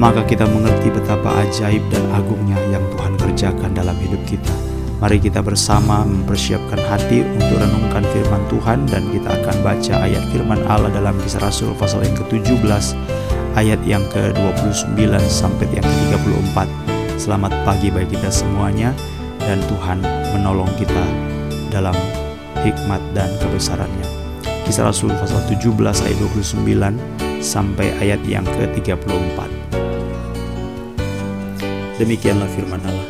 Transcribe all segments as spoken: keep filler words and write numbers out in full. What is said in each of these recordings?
maka kita mengerti betapa ajaib dan agungnya yang Tuhan kerjakan dalam hidup kita. Mari kita bersama mempersiapkan hati untuk renungkan firman Tuhan, dan kita akan baca ayat firman Allah dalam Kisah Rasul pasal yang ketujuh belas ayat yang ke dua puluh sembilan sampai yang ke tiga puluh empat. Selamat pagi bagi kita semuanya, dan Tuhan menolong kita dalam hikmat dan kebesarannya. Kisah Rasul pasal tujuh belas ayat dua puluh sembilan sampai ayat yang ke tiga puluh empat. Demikianlah firman Allah.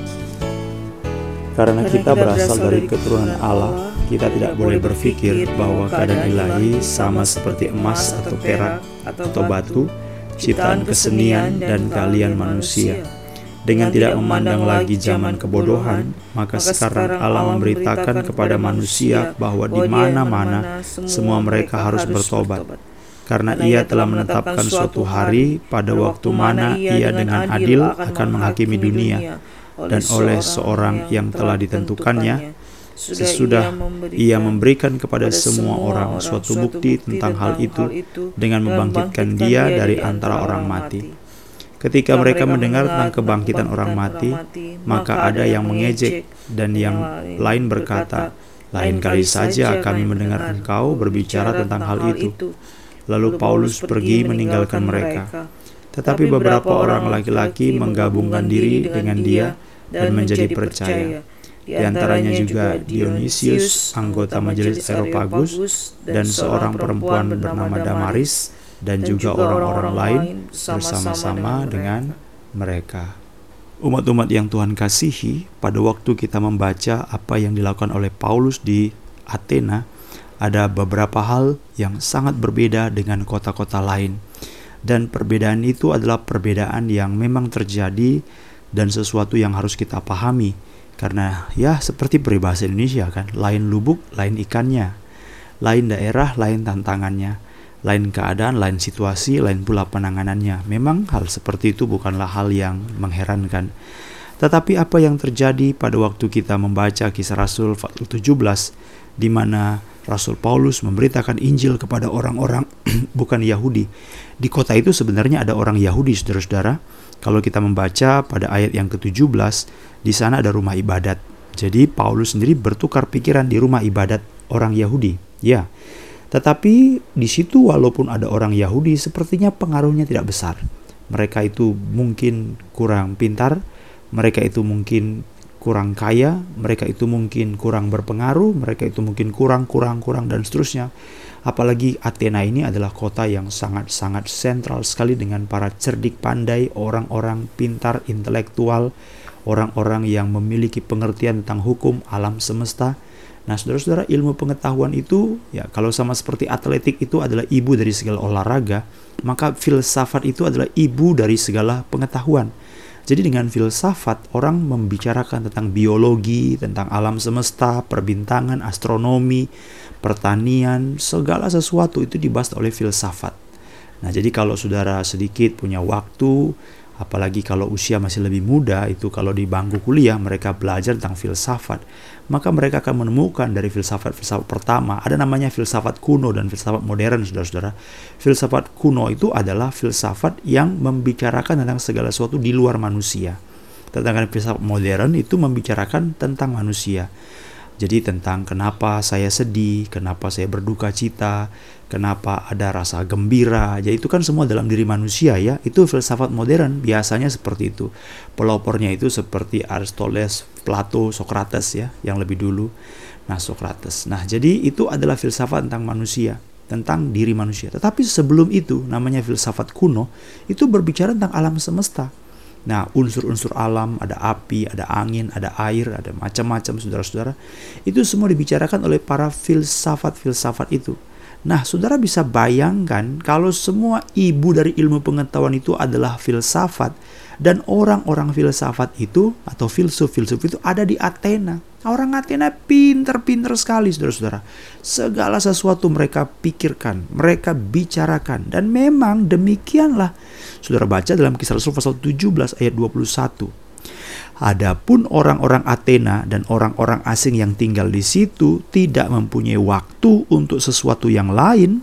Karena kita berasal dari keturunan Allah, kita tidak boleh berpikir bahwa keadaan ilahi sama seperti emas atau perak atau batu, ciptaan kesenian dan keahlian manusia. Dengan tidak memandang lagi zaman kebodohan, maka sekarang Allah memberitakan kepada manusia bahwa di mana-mana semua mereka harus bertobat. Karena Ia telah menetapkan suatu hari pada waktu mana Ia dengan adil akan menghakimi dunia, dan oleh seorang yang telah ditentukannya, sesudah Ia memberikan kepada semua orang suatu bukti tentang hal itu dengan membangkitkan Dia dari antara orang mati. Ketika mereka mendengar tentang kebangkitan orang mati, maka ada yang mengejek dan yang lain berkata, "Lain kali saja kami mendengar engkau berbicara tentang hal itu." Lalu Paulus pergi meninggalkan mereka. Tetapi beberapa orang laki-laki menggabungkan diri dengan dia dan menjadi percaya. Di antaranya juga Dionysius, anggota majelis Areopagus, dan seorang perempuan bernama Damaris, dan juga orang-orang lain bersama-sama dengan mereka. Umat-umat yang Tuhan kasihi, pada waktu kita membaca apa yang dilakukan oleh Paulus di Athena, ada beberapa hal yang sangat berbeda dengan kota-kota lain. Dan perbedaan itu adalah perbedaan yang memang terjadi dan sesuatu yang harus kita pahami. Karena ya seperti peribahasa Indonesia kan, lain lubuk, lain ikannya. Lain daerah, lain tantangannya. Lain keadaan, lain situasi, lain pula penanganannya. Memang hal seperti itu bukanlah hal yang mengherankan. Tetapi apa yang terjadi pada waktu kita membaca Kisah Rasul tujuh belas, di mana Rasul Paulus memberitakan Injil kepada orang-orang bukan Yahudi. Di kota itu sebenarnya ada orang Yahudi, saudara-saudara. Kalau kita membaca pada ayat yang ketujuh belas, di sana ada rumah ibadat. Jadi Paulus sendiri bertukar pikiran di rumah ibadat orang Yahudi. Ya, tetapi di situ walaupun ada orang Yahudi, sepertinya pengaruhnya tidak besar. Mereka itu mungkin kurang pintar, mereka itu mungkin kurang kaya, mereka itu mungkin kurang berpengaruh, mereka itu mungkin kurang, kurang, kurang, dan seterusnya. Apalagi Athena ini adalah kota yang sangat-sangat sentral sekali dengan para cerdik pandai, orang-orang pintar, intelektual, orang-orang yang memiliki pengertian tentang hukum alam semesta. Nah, saudara-saudara, ilmu pengetahuan itu, ya kalau sama seperti atletik itu adalah ibu dari segala olahraga, maka filsafat itu adalah ibu dari segala pengetahuan. Jadi dengan filsafat, orang membicarakan tentang biologi, tentang alam semesta, perbintangan, astronomi, pertanian, segala sesuatu itu dibahas oleh filsafat. Nah, jadi kalau saudara sedikit punya waktu, apalagi kalau usia masih lebih muda, itu kalau di bangku kuliah mereka belajar tentang filsafat, maka mereka akan menemukan dari filsafat-filsafat pertama, ada namanya filsafat kuno dan filsafat modern, saudara-saudara. Filsafat kuno itu adalah filsafat yang membicarakan tentang segala sesuatu di luar manusia. Sedangkan filsafat modern itu membicarakan tentang manusia. Jadi tentang kenapa saya sedih, kenapa saya berduka cita, kenapa ada rasa gembira. Jadi itu kan semua dalam diri manusia ya. Itu filsafat modern biasanya seperti itu. Pelopornya itu seperti Aristoteles, Plato, Socrates ya, yang lebih dulu. Nah, Socrates. Nah, jadi itu adalah filsafat tentang manusia, tentang diri manusia. Tetapi sebelum itu namanya filsafat kuno, itu berbicara tentang alam semesta. Nah, unsur-unsur alam, ada api, ada angin, ada air, ada macam-macam, saudara-saudara. Itu semua dibicarakan oleh para filsafat-filsafat itu. Nah, saudara bisa bayangkan kalau semua ibu dari ilmu pengetahuan itu adalah filsafat, dan orang-orang filsafat itu atau filsuf-filsuf itu ada di Athena. Orang Athena pinter-pinter sekali, saudara-saudara. Segala sesuatu mereka pikirkan, mereka bicarakan, dan memang demikianlah. Saudara baca dalam Kisah Rasul pasal tujuh belas ayat dua puluh satu. Adapun orang-orang Athena dan orang-orang asing yang tinggal di situ tidak mempunyai waktu untuk sesuatu yang lain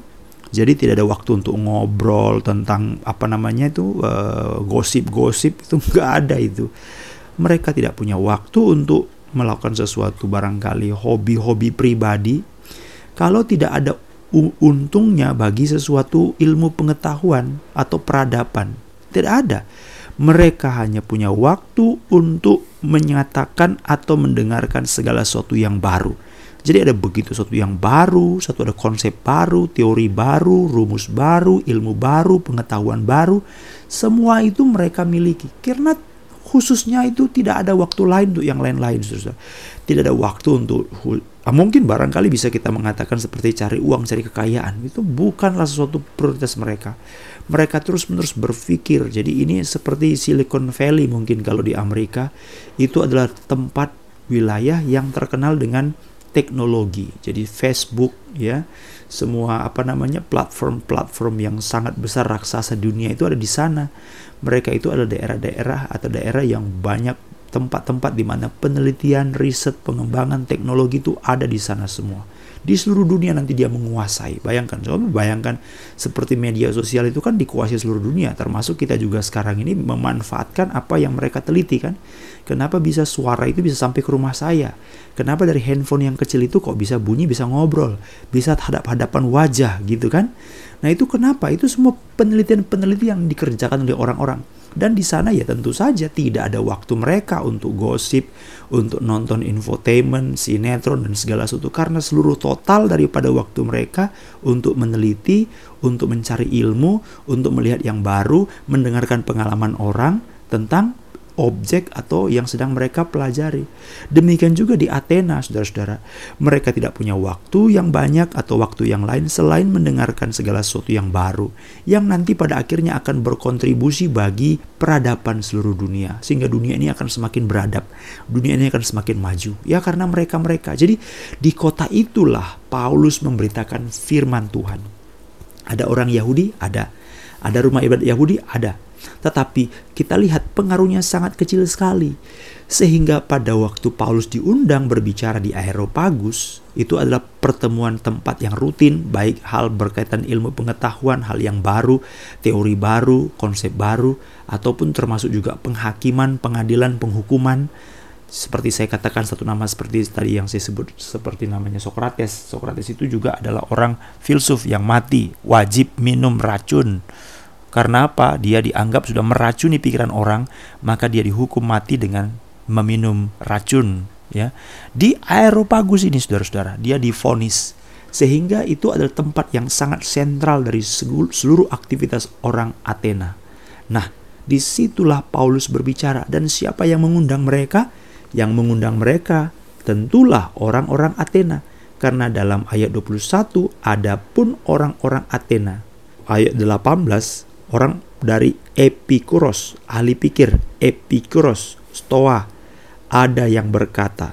Jadi tidak ada waktu untuk ngobrol tentang apa namanya itu uh, gosip-gosip, itu nggak ada itu. Mereka tidak punya waktu untuk melakukan sesuatu, barangkali hobi-hobi pribadi. Kalau tidak ada untungnya bagi sesuatu ilmu pengetahuan atau peradaban, tidak ada. Mereka hanya punya waktu untuk menyatakan atau mendengarkan segala sesuatu yang baru. Jadi ada begitu sesuatu yang baru, satu ada konsep baru, teori baru, rumus baru, ilmu baru, pengetahuan baru. Semua itu mereka miliki. Karena khususnya itu tidak ada waktu lain untuk yang lain-lain. Saudara. Tidak ada waktu untuk, mungkin barangkali bisa kita mengatakan seperti cari uang, cari kekayaan. Itu bukanlah sesuatu prioritas mereka. Mereka terus-menerus berpikir. Jadi ini seperti Silicon Valley mungkin kalau di Amerika. Itu adalah tempat wilayah yang terkenal dengan teknologi. Jadi Facebook ya, semua apa namanya platform-platform yang sangat besar raksasa dunia itu ada di sana. Mereka itu adalah daerah-daerah atau daerah yang banyak tempat-tempat di mana penelitian, riset, pengembangan teknologi itu ada di sana semua. Di seluruh dunia nanti dia menguasai. Bayangkan, coba bayangkan seperti media sosial itu kan dikuasai seluruh dunia. Termasuk kita juga sekarang ini memanfaatkan apa yang mereka teliti kan. Kenapa bisa suara itu bisa sampai ke rumah saya? Kenapa dari handphone yang kecil itu kok bisa bunyi, bisa ngobrol, bisa hadap-hadapan wajah gitu kan? Nah itu kenapa? Itu semua penelitian-penelitian yang dikerjakan oleh orang-orang. Dan di sana ya tentu saja tidak ada waktu mereka untuk gosip, untuk nonton infotainment, sinetron dan segala sesuatu. Karena seluruh total daripada waktu mereka untuk meneliti, untuk mencari ilmu, untuk melihat yang baru, mendengarkan pengalaman orang tentang objek atau yang sedang mereka pelajari. Demikian juga di Athena, saudara-saudara. Mereka tidak punya waktu yang banyak atau waktu yang lain selain mendengarkan segala sesuatu yang baru, yang nanti pada akhirnya akan berkontribusi bagi peradaban seluruh dunia. Sehingga dunia ini akan semakin beradab. Dunia ini akan semakin maju. Ya karena mereka-mereka. Jadi di kota itulah Paulus memberitakan firman Tuhan. Ada orang Yahudi? Ada. Ada rumah ibadat Yahudi? Ada. Tetapi kita lihat pengaruhnya sangat kecil sekali. Sehingga pada waktu Paulus diundang berbicara di Areopagus, itu adalah pertemuan tempat yang rutin, baik hal berkaitan ilmu pengetahuan, hal yang baru, teori baru, konsep baru, ataupun termasuk juga penghakiman, pengadilan, penghukuman. Seperti saya katakan satu nama seperti tadi yang saya sebut, seperti namanya Sokrates. Sokrates itu juga adalah orang filsuf yang mati, wajib minum racun. Karena apa? Dia dianggap sudah meracuni pikiran orang, maka dia dihukum mati dengan meminum racun. Ya, di Areopagus ini, saudara-saudara, dia divonis. Sehingga itu adalah tempat yang sangat sentral dari seluruh aktivitas orang Athena. Nah, disitulah Paulus berbicara. Dan siapa yang mengundang mereka? Yang mengundang mereka tentulah orang-orang Athena. Karena dalam ayat dua puluh satu, adapun orang-orang Athena. Ayat delapan belas, orang dari Epikuros, ahli pikir, Epikuros, Stoa, ada yang berkata,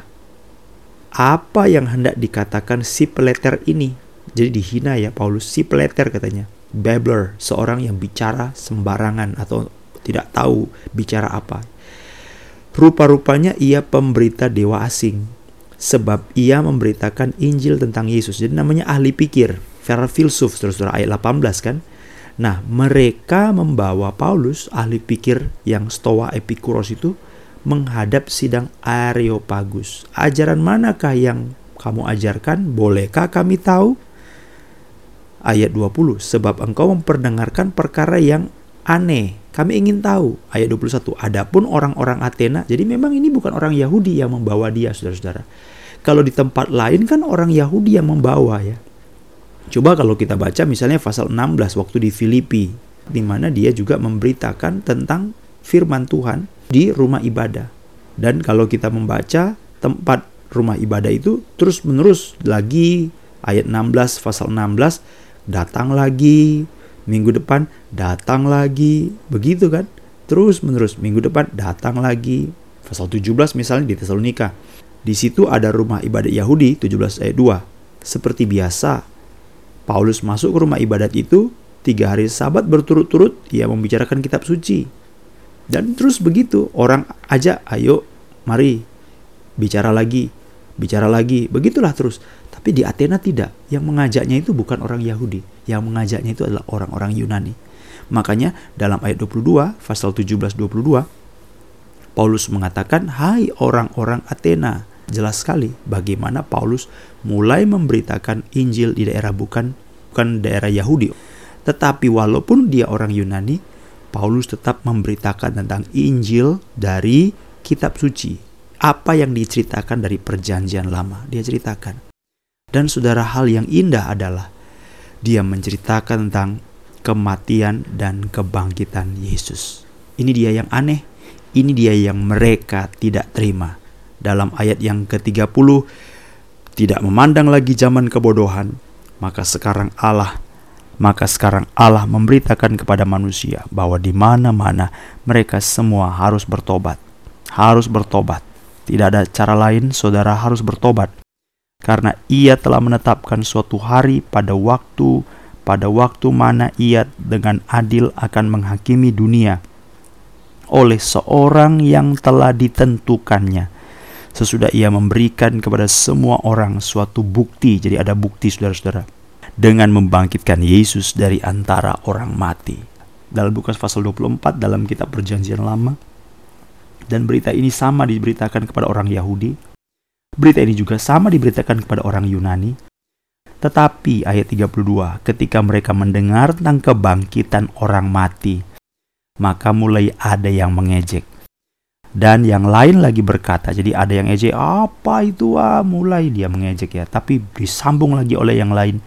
apa yang hendak dikatakan si peleter ini? Jadi dihina ya Paulus, si peleter katanya, babbler, seorang yang bicara sembarangan atau tidak tahu bicara apa. Rupa-rupanya ia pemberita dewa asing, sebab ia memberitakan Injil tentang Yesus. Jadi namanya ahli pikir, para filsuf, saudara-saudara, ayat delapan belas kan. Nah, mereka membawa Paulus, ahli pikir yang Stoa Epikuros itu, menghadap sidang Areopagus. Ajaran manakah yang kamu ajarkan? Bolehkah kami tahu? Ayat dua puluh, sebab engkau memperdengarkan perkara yang aneh. Kami ingin tahu. Ayat dua puluh satu, adapun orang-orang Athena. Jadi memang ini bukan orang Yahudi yang membawa dia, saudara-saudara. Kalau di tempat lain kan orang Yahudi yang membawa ya. Coba kalau kita baca misalnya pasal enam belas waktu di Filipi, di mana dia juga memberitakan tentang firman Tuhan di rumah ibadah. Dan kalau kita membaca tempat rumah ibadah itu terus menerus lagi, ayat enam belas pasal enam belas, datang lagi, minggu depan datang lagi, begitu kan? Terus menerus, minggu depan datang lagi. Pasal tujuh belas misalnya di Tesalonika. Di situ ada rumah ibadat Yahudi, tujuh belas ayat dua. Seperti biasa, Paulus masuk ke rumah ibadat itu, tiga hari sabat berturut-turut, dia membicarakan kitab suci. Dan terus begitu, orang ajak, ayo, mari, bicara lagi, bicara lagi, begitulah terus. Tapi Tapi di Athena tidak. Yang mengajaknya itu bukan orang Yahudi. Yang mengajaknya itu adalah orang-orang Yunani. Makanya dalam ayat dua puluh dua, pasal tujuh belas dua puluh dua, Paulus mengatakan, "Hai orang-orang Athena." Jelas sekali bagaimana Paulus mulai memberitakan Injil di daerah bukan bukan daerah Yahudi. Tetapi walaupun dia orang Yunani, Paulus tetap memberitakan tentang Injil dari kitab suci. Apa yang diceritakan dari perjanjian lama, dia ceritakan. Dan saudara, hal yang indah adalah dia menceritakan tentang kematian dan kebangkitan Yesus. Ini dia yang aneh, ini dia yang mereka tidak terima. Dalam ayat yang ke tiga puluh, tidak memandang lagi zaman kebodohan, maka sekarang Allah maka sekarang Allah memberitakan kepada manusia bahwa di mana-mana mereka semua harus bertobat. Harus bertobat. Tidak ada cara lain, saudara harus bertobat. Karena Ia telah menetapkan suatu hari pada waktu pada waktu mana Ia dengan adil akan menghakimi dunia oleh seorang yang telah ditentukannya. Sesudah Ia memberikan kepada semua orang suatu bukti. Jadi ada bukti, saudara-saudara, dengan membangkitkan Yesus dari antara orang mati. Dalam Lukas pasal dua puluh empat dalam kitab Perjanjian Lama. Dan berita ini sama diberitakan kepada orang Yahudi. Berita ini juga sama diberitakan kepada orang Yunani. Tetapi ayat tiga puluh dua, ketika mereka mendengar tentang kebangkitan orang mati, maka mulai ada yang mengejek. Dan yang lain lagi berkata, jadi ada yang ejek, apa itu ah, mulai dia mengejek ya. Tapi disambung lagi oleh yang lain.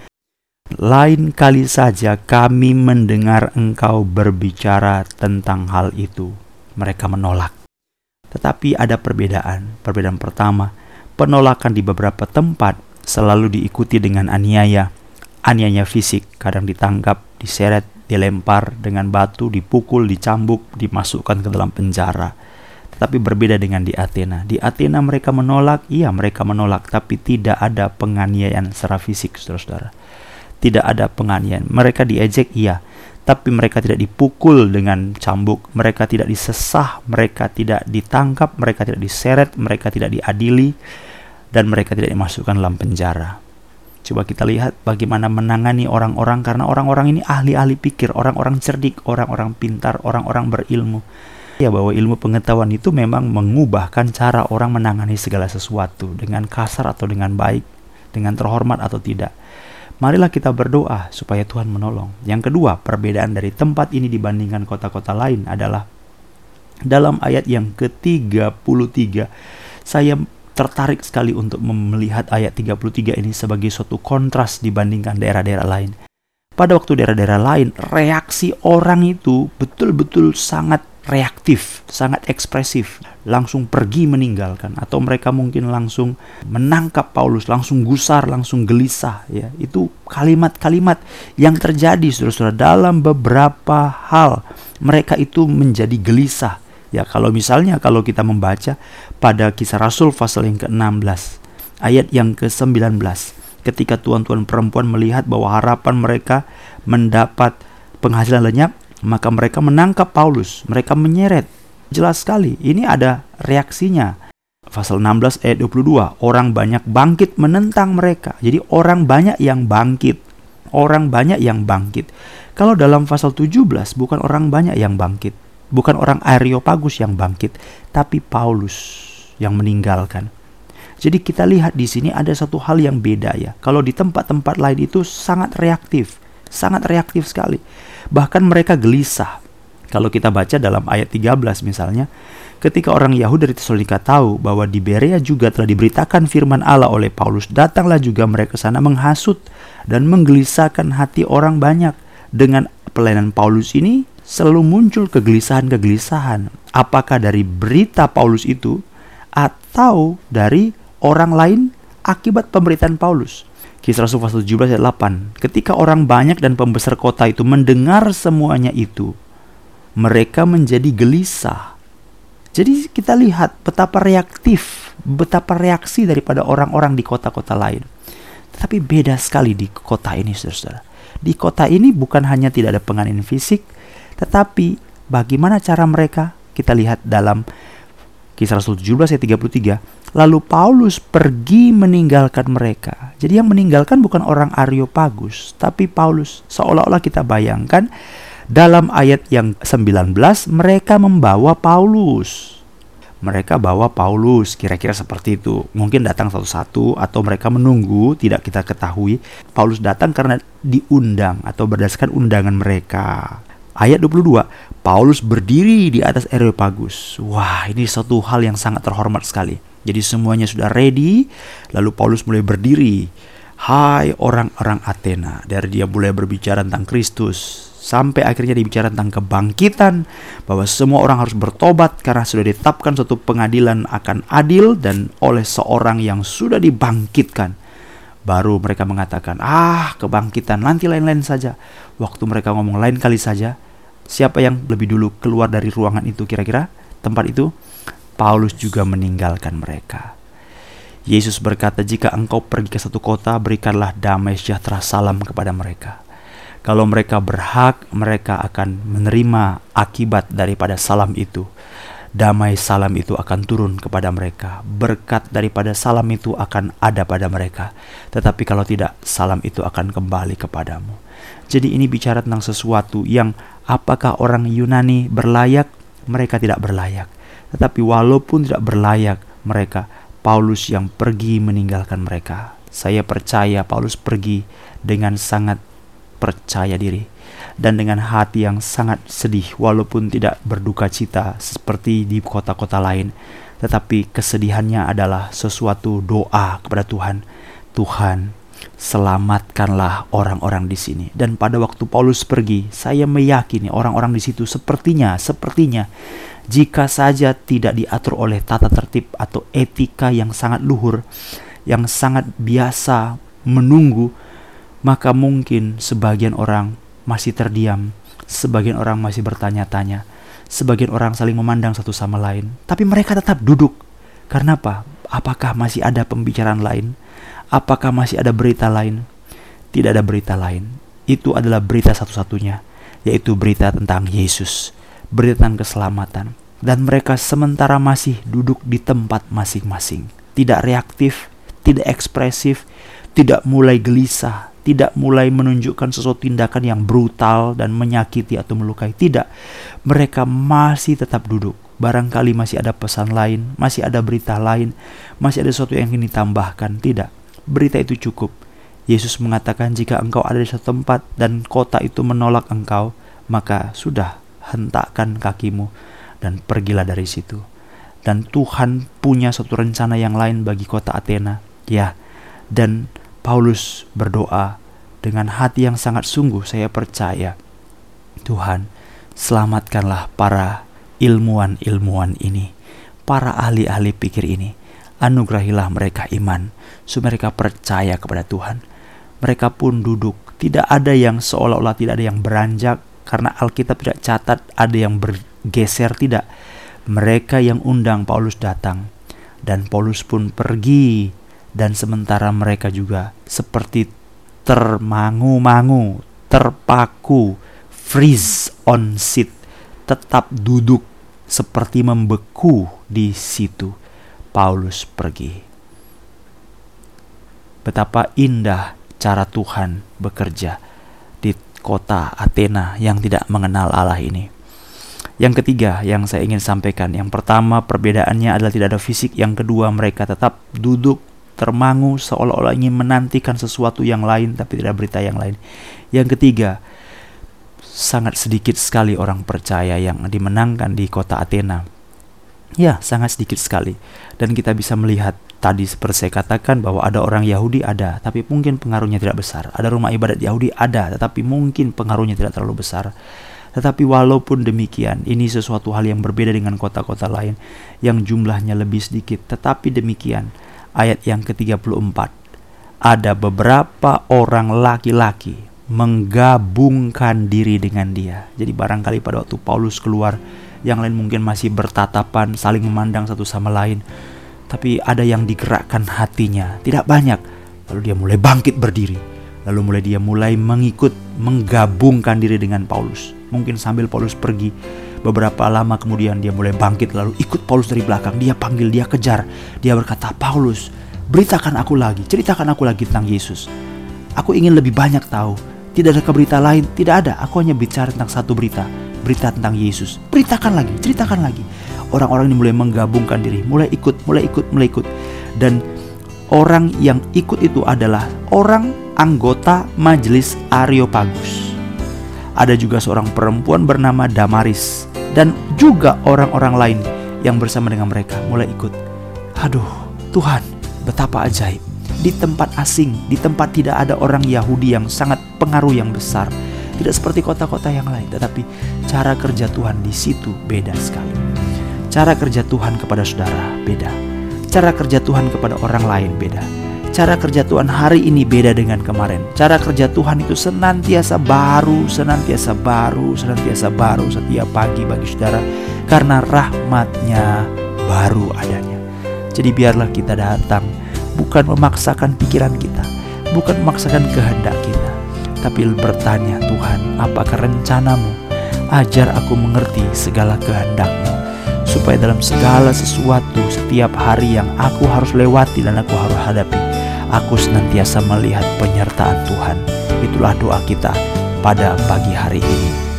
Lain kali saja kami mendengar engkau berbicara tentang hal itu. Mereka menolak. Tetapi ada perbedaan. Perbedaan pertama, penolakan di beberapa tempat selalu diikuti dengan aniaya. Aniaya fisik, kadang ditangkap, diseret, dilempar dengan batu, dipukul, dicambuk, dimasukkan ke dalam penjara. Tetapi berbeda dengan di Athena. Di Athena mereka menolak, iya mereka menolak, tapi tidak ada penganiayaan secara fisik, saudara-saudara. Tidak ada penganiayaan. Mereka diejek, iya, tapi mereka tidak dipukul dengan cambuk, mereka tidak disesah, mereka tidak ditangkap, mereka tidak diseret, mereka tidak diadili, dan mereka tidak dimasukkan dalam penjara. Coba kita lihat bagaimana menangani orang-orang, karena orang-orang ini ahli-ahli pikir, orang-orang cerdik, orang-orang pintar, orang-orang berilmu. Ya, bahwa ilmu pengetahuan itu memang mengubahkan cara orang menangani segala sesuatu, dengan kasar atau dengan baik, dengan terhormat atau tidak. Marilah kita berdoa supaya Tuhan menolong. Yang kedua, perbedaan dari tempat ini dibandingkan kota-kota lain adalah dalam ayat yang ke tiga puluh tiga. Saya tertarik sekali untuk melihat ayat tiga puluh tiga ini sebagai suatu kontras dibandingkan daerah-daerah lain. Pada waktu daerah-daerah lain, reaksi orang itu betul-betul sangat reaktif, sangat ekspresif, langsung pergi meninggalkan, atau mereka mungkin langsung menangkap Paulus, langsung gusar, langsung gelisah. Ya, itu kalimat-kalimat yang terjadi, saudara-saudara, dalam beberapa hal. Mereka itu menjadi gelisah. Ya, kalau misalnya kalau kita membaca pada Kisah Rasul pasal yang ke enam belas, ayat yang ke sembilan belas, ketika tuan-tuan perempuan melihat bahwa harapan mereka mendapat penghasilan lenyap, maka mereka menangkap Paulus, mereka menyeret. Jelas sekali, ini ada reaksinya. Pasal enam belas ayat dua puluh dua, orang banyak bangkit menentang mereka. Jadi orang banyak yang bangkit. Orang banyak yang bangkit. Kalau dalam pasal tujuh belas, bukan orang banyak yang bangkit. Bukan orang Areopagus yang bangkit, tapi Paulus yang meninggalkan. Jadi kita lihat di sini ada satu hal yang beda ya. Kalau di tempat-tempat lain itu sangat reaktif. Sangat reaktif sekali. Bahkan mereka gelisah. Kalau kita baca dalam ayat tiga belas misalnya, ketika orang Yahudi dari Tesalonika tahu bahwa di Berea juga telah diberitakan firman Allah oleh Paulus, datanglah juga mereka ke sana menghasut dan menggelisahkan hati orang banyak. Dengan pelayanan Paulus ini selalu muncul kegelisahan-kegelisahan. Apakah dari berita Paulus itu atau dari orang lain akibat pemberitaan Paulus? Kisah Rasul pasal tujuh belas ayat delapan. Ketika orang banyak dan pembesar kota itu mendengar semuanya itu, mereka menjadi gelisah. Jadi kita lihat betapa reaktif, betapa reaksi daripada orang-orang di kota-kota lain. Tetapi beda sekali di kota ini, saudara-saudara. Di kota ini bukan hanya tidak ada penganiayaan fisik, tetapi bagaimana cara mereka? Kita lihat dalam Kisah Rasul tujuh belas ayat tiga puluh tiga. Lalu Paulus pergi meninggalkan mereka. Jadi yang meninggalkan bukan orang Areopagus, tapi Paulus. Seolah-olah kita bayangkan dalam ayat yang sembilan belas, mereka membawa Paulus. Mereka bawa Paulus, kira-kira seperti itu. Mungkin datang satu-satu atau mereka menunggu, tidak kita ketahui. Paulus datang karena diundang atau berdasarkan undangan mereka. Ayat dua puluh dua, Paulus berdiri di atas Areopagus. Wah, ini satu hal yang sangat terhormat sekali. Jadi semuanya sudah ready, lalu Paulus mulai berdiri. Hai orang-orang Athena, dari dia mulai berbicara tentang Kristus. Sampai akhirnya dibicara tentang kebangkitan, bahwa semua orang harus bertobat karena sudah ditetapkan suatu pengadilan akan adil dan oleh seorang yang sudah dibangkitkan. Baru mereka mengatakan, ah kebangkitan nanti lain-lain saja. Waktu mereka ngomong lain kali saja, siapa yang lebih dulu keluar dari ruangan itu kira-kira? Tempat itu? Paulus juga meninggalkan mereka. Yesus berkata, jika engkau pergi ke satu kota, berikanlah damai sejahtera salam kepada mereka. Kalau mereka berhak, mereka akan menerima akibat daripada salam itu. Damai salam itu akan turun kepada mereka. Berkat daripada salam itu akan ada pada mereka. Tetapi kalau tidak, salam itu akan kembali kepadamu. Jadi ini bicara tentang sesuatu yang apakah orang Yunani berlayak? Mereka tidak berlayak. Tetapi walaupun tidak berlayak mereka, Paulus yang pergi meninggalkan mereka. Saya percaya Paulus pergi dengan sangat percaya diri dan dengan hati yang sangat sedih, walaupun tidak berduka cita seperti di kota-kota lain, tetapi kesedihannya adalah sesuatu doa kepada Tuhan. Tuhan, selamatkanlah orang-orang di sini. Dan pada waktu Paulus pergi, saya meyakini orang-orang di situ sepertinya sepertinya jika saja tidak diatur oleh tata tertib atau etika yang sangat luhur, yang sangat biasa menunggu, maka mungkin sebagian orang masih terdiam, sebagian orang masih bertanya-tanya, sebagian orang saling memandang satu sama lain. Tapi mereka tetap duduk. Karena apa? Apakah masih ada pembicaraan lain? Apakah masih ada berita lain? Tidak ada berita lain. Itu adalah berita satu-satunya, yaitu berita tentang Yesus, berita tentang keselamatan. Dan mereka sementara masih duduk di tempat masing-masing. Tidak reaktif, tidak ekspresif, tidak mulai gelisah, tidak mulai menunjukkan sesuatu tindakan yang brutal dan menyakiti atau melukai. Tidak, mereka masih tetap duduk. Barangkali masih ada pesan lain, masih ada berita lain, masih ada sesuatu yang ingin ditambahkan. Tidak, berita itu cukup. Yesus mengatakan, jika engkau ada di satu tempat dan kota itu menolak engkau, maka sudah, hentakkan kakimu dan pergilah dari situ. Dan Tuhan punya suatu rencana yang lain bagi kota Athena. Ya, dan Paulus berdoa dengan hati yang sangat sungguh. Saya percaya, Tuhan, selamatkanlah para ilmuwan-ilmuwan ini, para ahli-ahli pikir ini. Anugerahilah mereka iman, supaya mereka percaya kepada Tuhan. Mereka pun duduk. Tidak ada yang seolah-olah tidak ada yang beranjak, karena Alkitab tidak catat ada yang bergeser. Tidak. Mereka yang undang Paulus datang, dan Paulus pun pergi. Dan sementara mereka juga seperti termangu-mangu, terpaku, freeze on seat, tetap duduk seperti membeku di situ. Paulus pergi. Betapa indah cara Tuhan bekerja di kota Athena yang tidak mengenal Allah ini. Yang ketiga yang saya ingin sampaikan, yang pertama perbedaannya adalah tidak ada fisik. Yang kedua, mereka tetap duduk termangu seolah-olah ingin menantikan sesuatu yang lain, tapi tidak berita yang lain. Yang ketiga, sangat sedikit sekali orang percaya yang dimenangkan di kota Athena. Ya, sangat sedikit sekali. Dan kita bisa melihat tadi seperti saya katakan bahwa ada orang Yahudi ada, tapi mungkin pengaruhnya tidak besar. Ada rumah ibadat Yahudi ada, tetapi mungkin pengaruhnya tidak terlalu besar. Tetapi walaupun demikian, ini sesuatu hal yang berbeda dengan kota-kota lain yang jumlahnya lebih sedikit. Tetapi demikian, ayat yang ke tiga puluh empat, ada beberapa orang laki-laki menggabungkan diri dengan dia. Jadi barangkali pada waktu Paulus keluar, yang lain mungkin masih bertatapan, saling memandang satu sama lain. Tapi ada yang digerakkan hatinya, tidak banyak. Lalu dia mulai bangkit berdiri. Lalu mulai dia mulai mengikut, menggabungkan diri dengan Paulus. Mungkin sambil Paulus pergi, Beberapa lama kemudian dia mulai bangkit, lalu ikut Paulus dari belakang. Dia panggil, dia kejar. Dia berkata, "Paulus, beritakan aku lagi, ceritakan aku lagi tentang Yesus. Aku ingin lebih banyak tahu. Tidak ada berita lain, tidak ada. Aku hanya bicara tentang satu berita, berita tentang Yesus. Beritakan lagi, ceritakan lagi." Orang-orang ini mulai menggabungkan diri, mulai ikut, mulai ikut, mulai ikut. Dan orang yang ikut itu adalah orang anggota majelis Areopagus. Ada juga seorang perempuan bernama Damaris, dan juga orang-orang lain yang bersama dengan mereka mulai ikut. Aduh, Tuhan, betapa ajaib. Di tempat asing, di tempat tidak ada orang Yahudi yang sangat pengaruh yang besar, tidak seperti kota-kota yang lain, tetapi cara kerja Tuhan di situ beda sekali. Cara kerja Tuhan kepada saudara beda. Cara kerja Tuhan kepada orang lain beda. Cara kerja Tuhan hari ini beda dengan kemarin. Cara kerja Tuhan itu senantiasa baru, senantiasa baru, senantiasa baru setiap pagi bagi saudara, karena rahmat-Nya baru adanya. Jadi biarlah kita datang, bukan memaksakan pikiran kita, bukan memaksakan kehendak kita, tapi bertanya, "Tuhan, apakah rencana-Mu? Ajar aku mengerti segala kehendak-Mu, supaya dalam segala sesuatu setiap hari yang aku harus lewati dan aku harus hadapi, aku senantiasa melihat penyertaan Tuhan." Itulah doa kita pada pagi hari ini.